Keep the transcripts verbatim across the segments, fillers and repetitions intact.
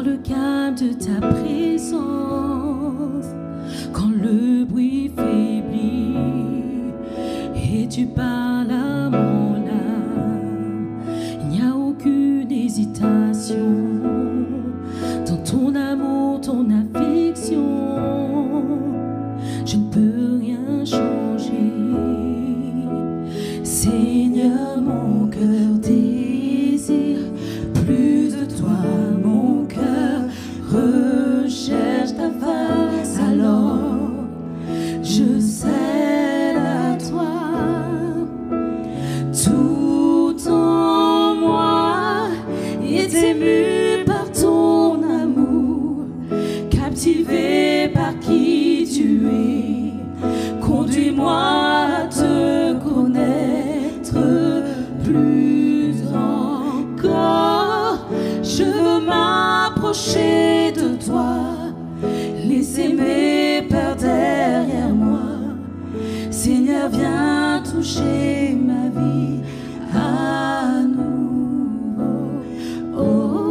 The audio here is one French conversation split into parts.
le calme de ta présence, quand le bruit faiblit et tu parles à mon âme, il n'y a aucune hésitation dans ton amour, ton affection. Je ne peux rien changer. Seigneur, mon cœur désire plus de toi, mon cœur recherche ta face, alors je cède à toi. Tout en moi est ému par ton amour, captivé par qui tu es. Conduis-moi à te connaître plus encore. Je veux m'approcher de toi, laisser mes peurs derrière moi. Seigneur, viens toucher ma vie à nouveau. Oh,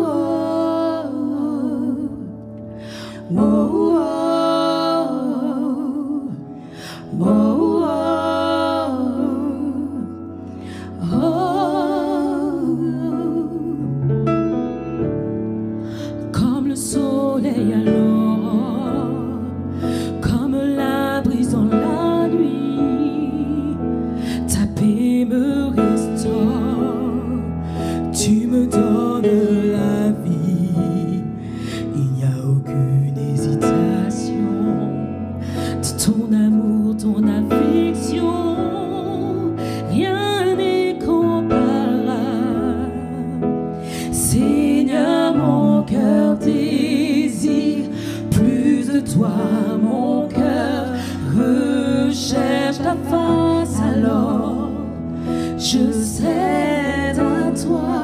oh, oh, oh, oh, oh, oh, oh. Comme le soleil à l'aurore, comme la brise dans la nuit, ta paix me restaure, tu me donnes la vie. Il n'y a aucune hésitation de ton amour, ton affection, rien n'est comparable. Seigneur, mon cœur désire plus de toi, mon cœur recherche ta face, alors je cède à toi.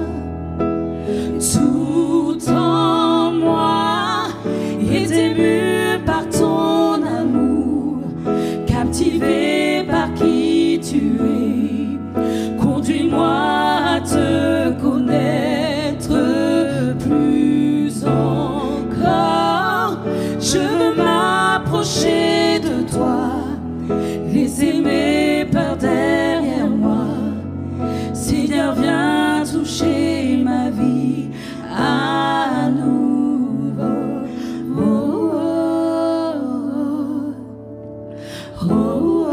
Tout en moi est ému par ton amour, captivé par qui tu es. Conduis-moi à te connaître plus encore. Je veux m'approcher de toi, laisser mes peurs derrière moi. Seigneur, viens toucher ma vie à nouveau. Oh, oh, oh, oh,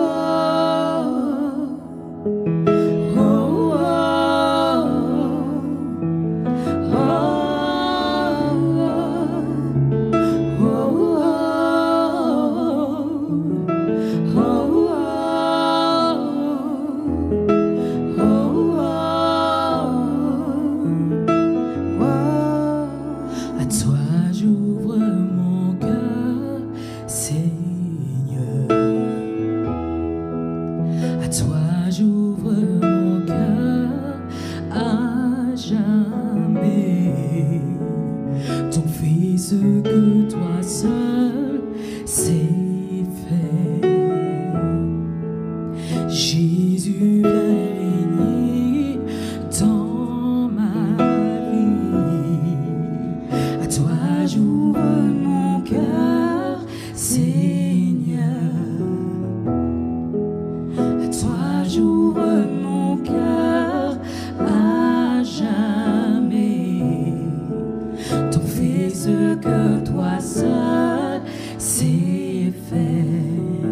oh, à toi j'ouvre mon cœur, Seigneur. À toi j'ouvre mon cœur à jamais. Ton fils que toi seul sais faire. Jésus vient régner dans ma vie. À toi j'ouvre mon cœur, Seigneur. À toi j'ouvre mon cœur à jamais. Ton fils que toi seul sais faire.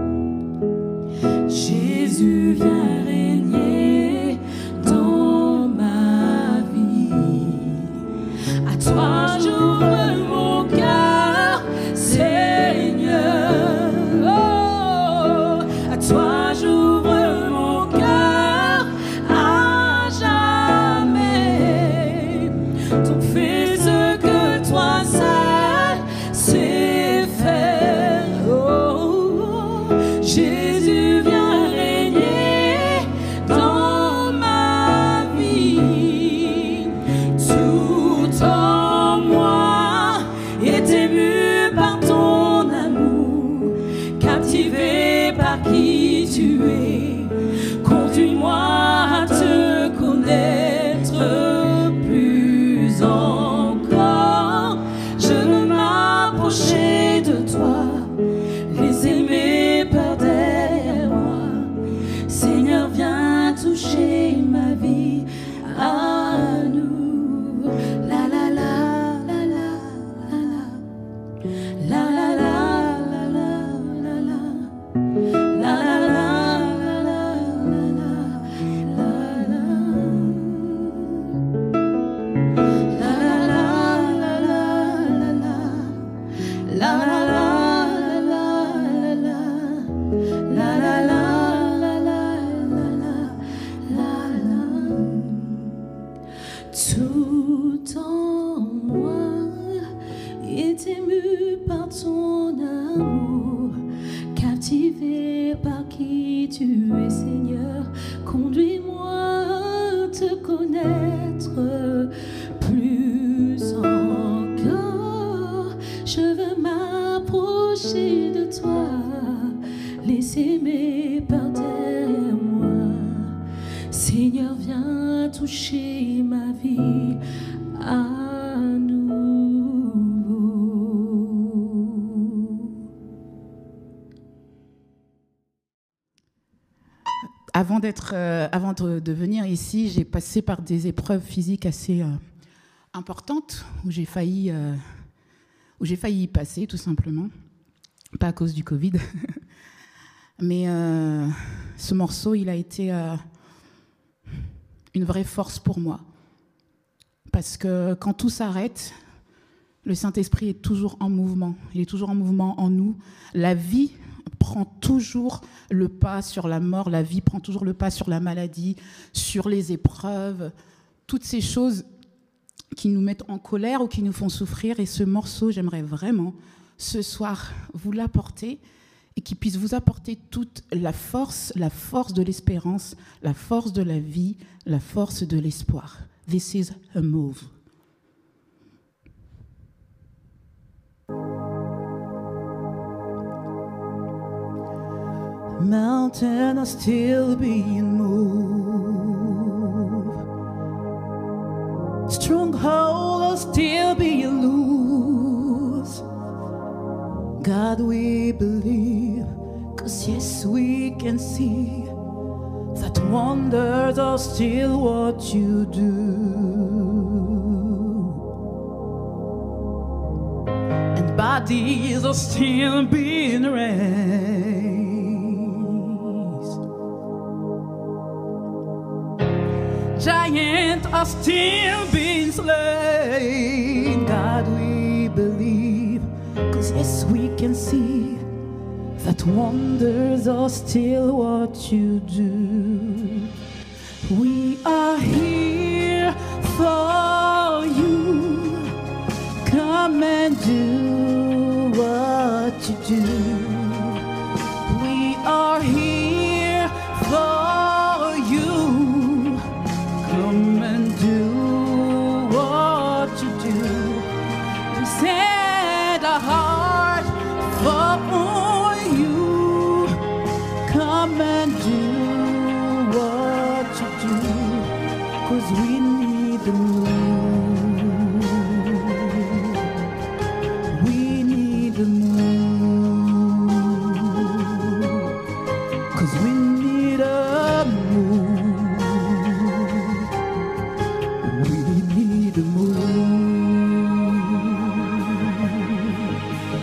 Jésus vient régner dans ma vie. À toi j'ouvre mon cœur, Seigneur. Oh, à toi j'ouvre mon cœur à jamais. Ton fils que toi seul sais faire. Oh, Jésus vient régner dans ma vie. Tout en moi est ému par ton amour, captivé par qui tu es. Conduis-moi à te connaître plus encore. La la la la la la la la la la la la. Tout en moi est ému par ton amour, captivé par qui tu es, Seigneur. Conduis-moi à te connaître plus encore. Je veux m'approcher de toi, laisser mes par terre moi. Seigneur, viens toucher ma vie à Avant, d'être, euh, avant de, de venir ici, j'ai passé par des épreuves physiques assez euh, importantes où j'ai failli, euh, où j'ai failli y passer, tout simplement. Pas à cause du Covid. Mais euh, ce morceau, il a été euh, une vraie force pour moi. Parce que quand tout s'arrête, le Saint-Esprit est toujours en mouvement. Il est toujours en mouvement en nous. La vie prend toujours le pas sur la mort, la vie prend toujours le pas sur la maladie, sur les épreuves, toutes ces choses qui nous mettent en colère ou qui nous font souffrir. Et ce morceau, j'aimerais vraiment, ce soir, vous l'apporter et qu'il puisse vous apporter toute la force, la force de l'espérance, la force de la vie, la force de l'espoir. This is a move. Mountains are still being moved. Strongholds are still being loose. God, we believe, 'cause yes, we can see that wonders are still what you do. And bodies are still being raised. Giants are still being slain. God, we believe, 'cause yes, we can see that wonders are still what you do. We are here for you. Come and do what you do. We are here for you. Come and do what you do. We set our heart for you. Come and do what you do, 'cause we need the move. We need the move, 'cause we need a move. We need a move.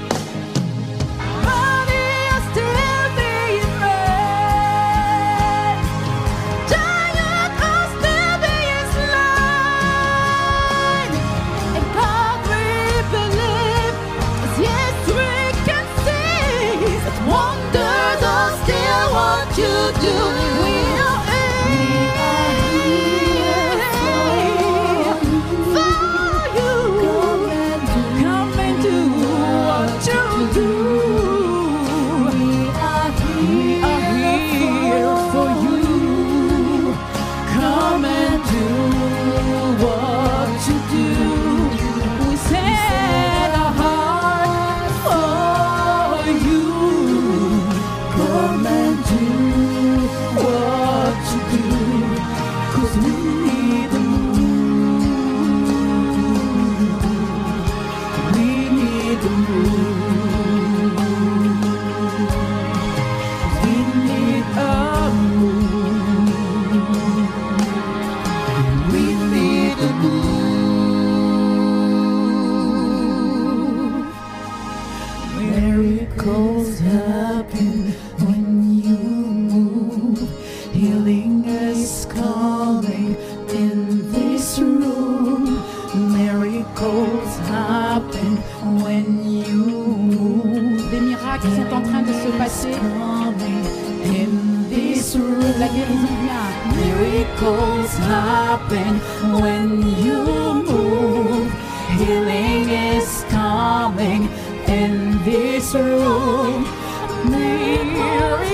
is coming in this room. La guérison vient. Miracles happen when you move. Healing is coming in this room. Miracles.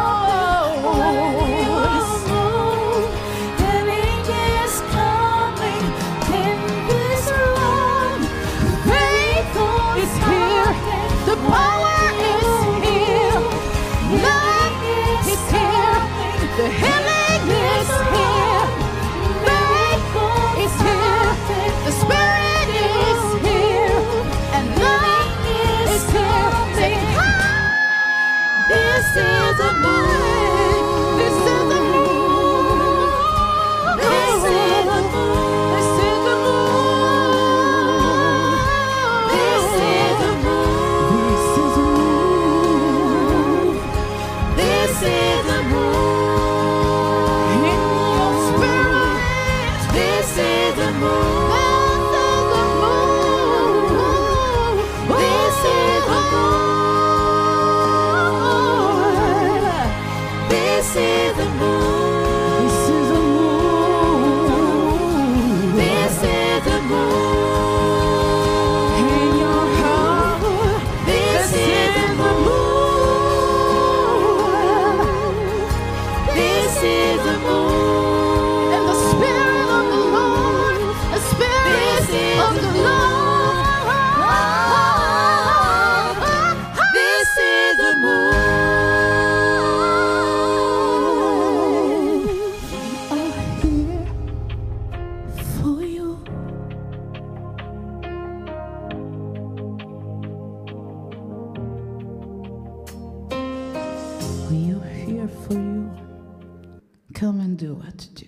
Healing is coming in this room. Faith Is here. The power is here. Love is here. The healing is here. Faith is here. The Spirit is here. And love is here. Say, "Ah, This is a move. this is the move. This is a move. This is the move. This is a move. This is a move. In your spirit. This is a move. This is a move. This is a move. This is a move. This is a move. In your heart. This is a move. This is a move. And the Spirit of the Lord. The Spirit This is of the the Lord. This is a move. We are here for you. We are here for you. Come and do what to do.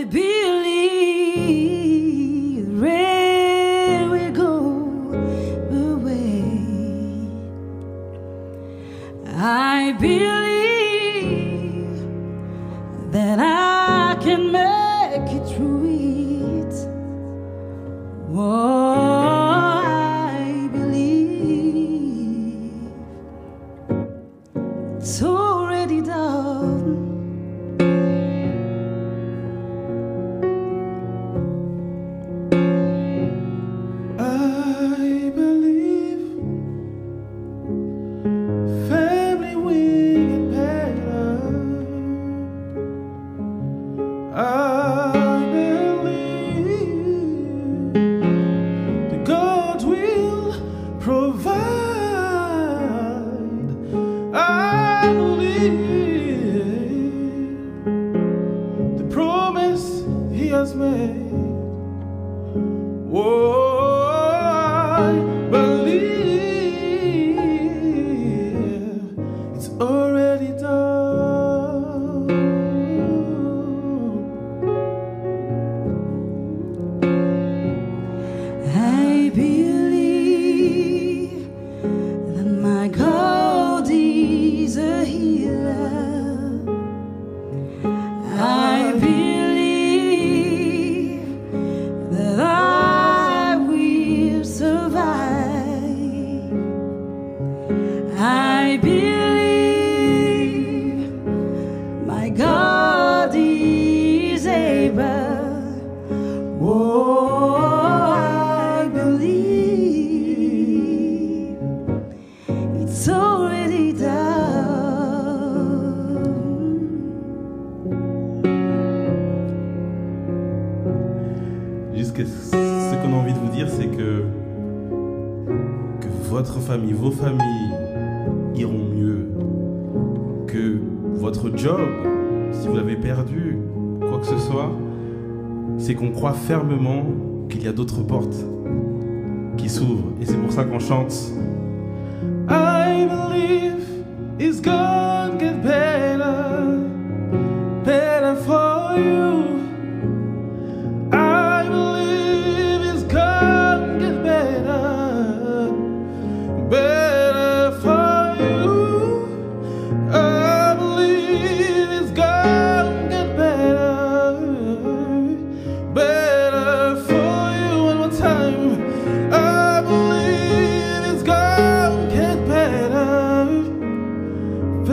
believe rain will go away. I believe that I can make it through it. Oh, I believe it's already done. I believe family will get better. I believe that God will provide. I believe the promise He has made. Whoa. I believe it's already done. I believe that my God is a healer. I believe that I will survive. I believe my God is able. Oh, I believe it's already done. Jusqu'à ce qu'on a envie de vous dire, c'est que que votre famille, vos familles iront mieux, que votre job, si vous l'avez perdu, quoi que ce soit, c'est qu'on croit fermement qu'il y a d'autres portes qui s'ouvrent. Et c'est pour ça qu'on chante I believe it's gonna get better, better for you. I believe it's gonna get better, better for you. I believe it's gonna get better, better for you. One more time. I believe it's gonna get better,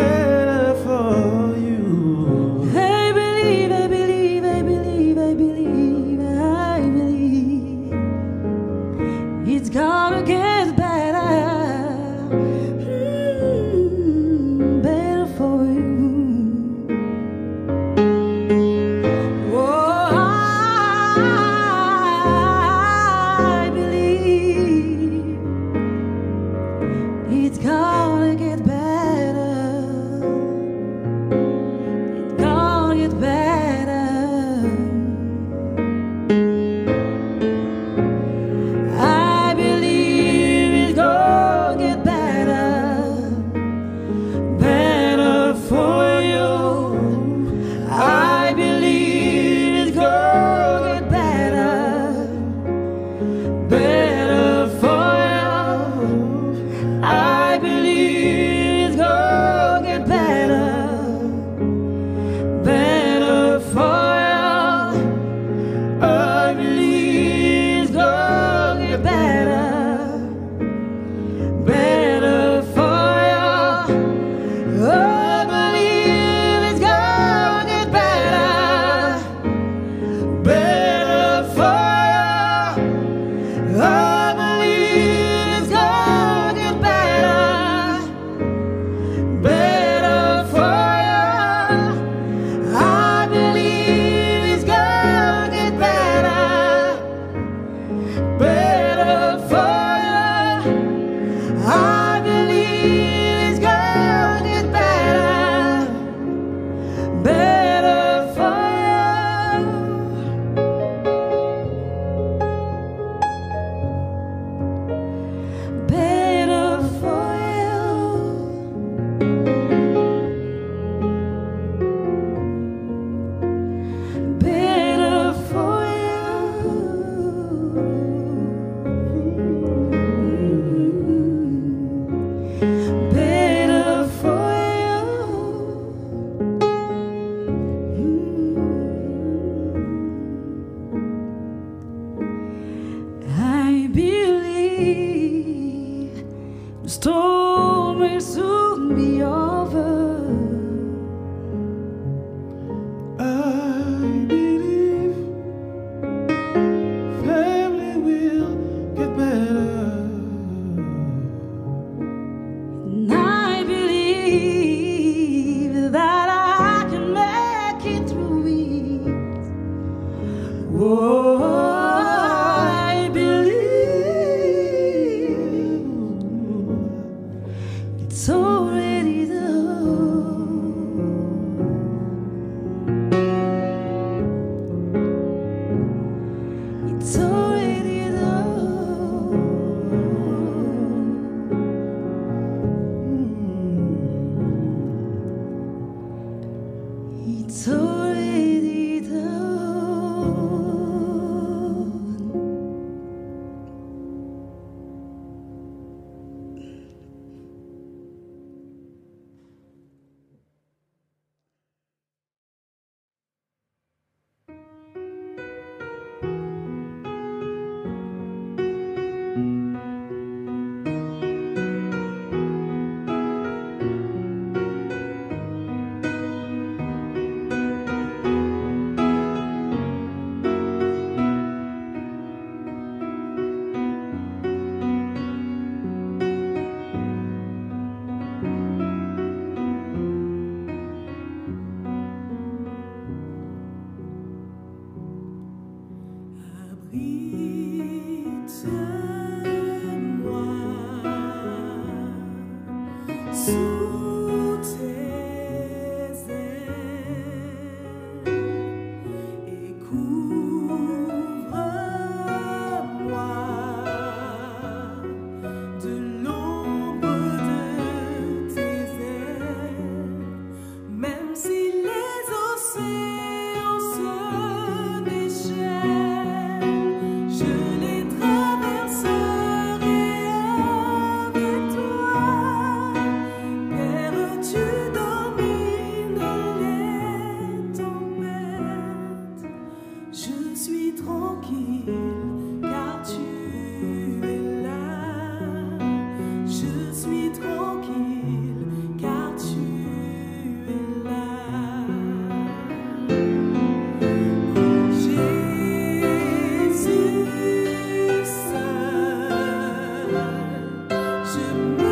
It's already done. Sous tes ailes et couvre-moi de l'ombre de tes ailes, même si les océans se déchaînent, je les traverserai avec toi. Tu domines les tempêtes, je suis tranquille car tu es là. Je suis tranquille car tu es là. Jésus seul, je me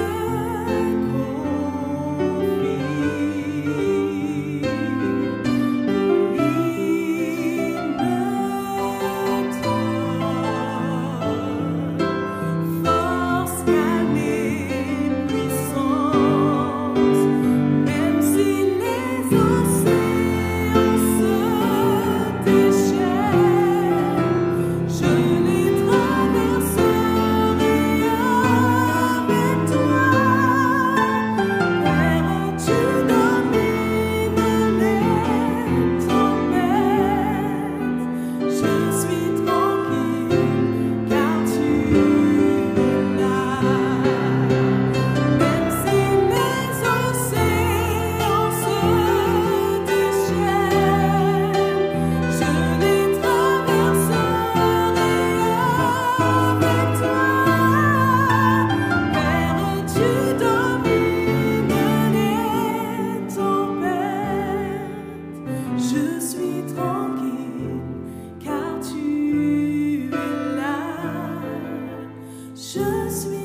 Je suis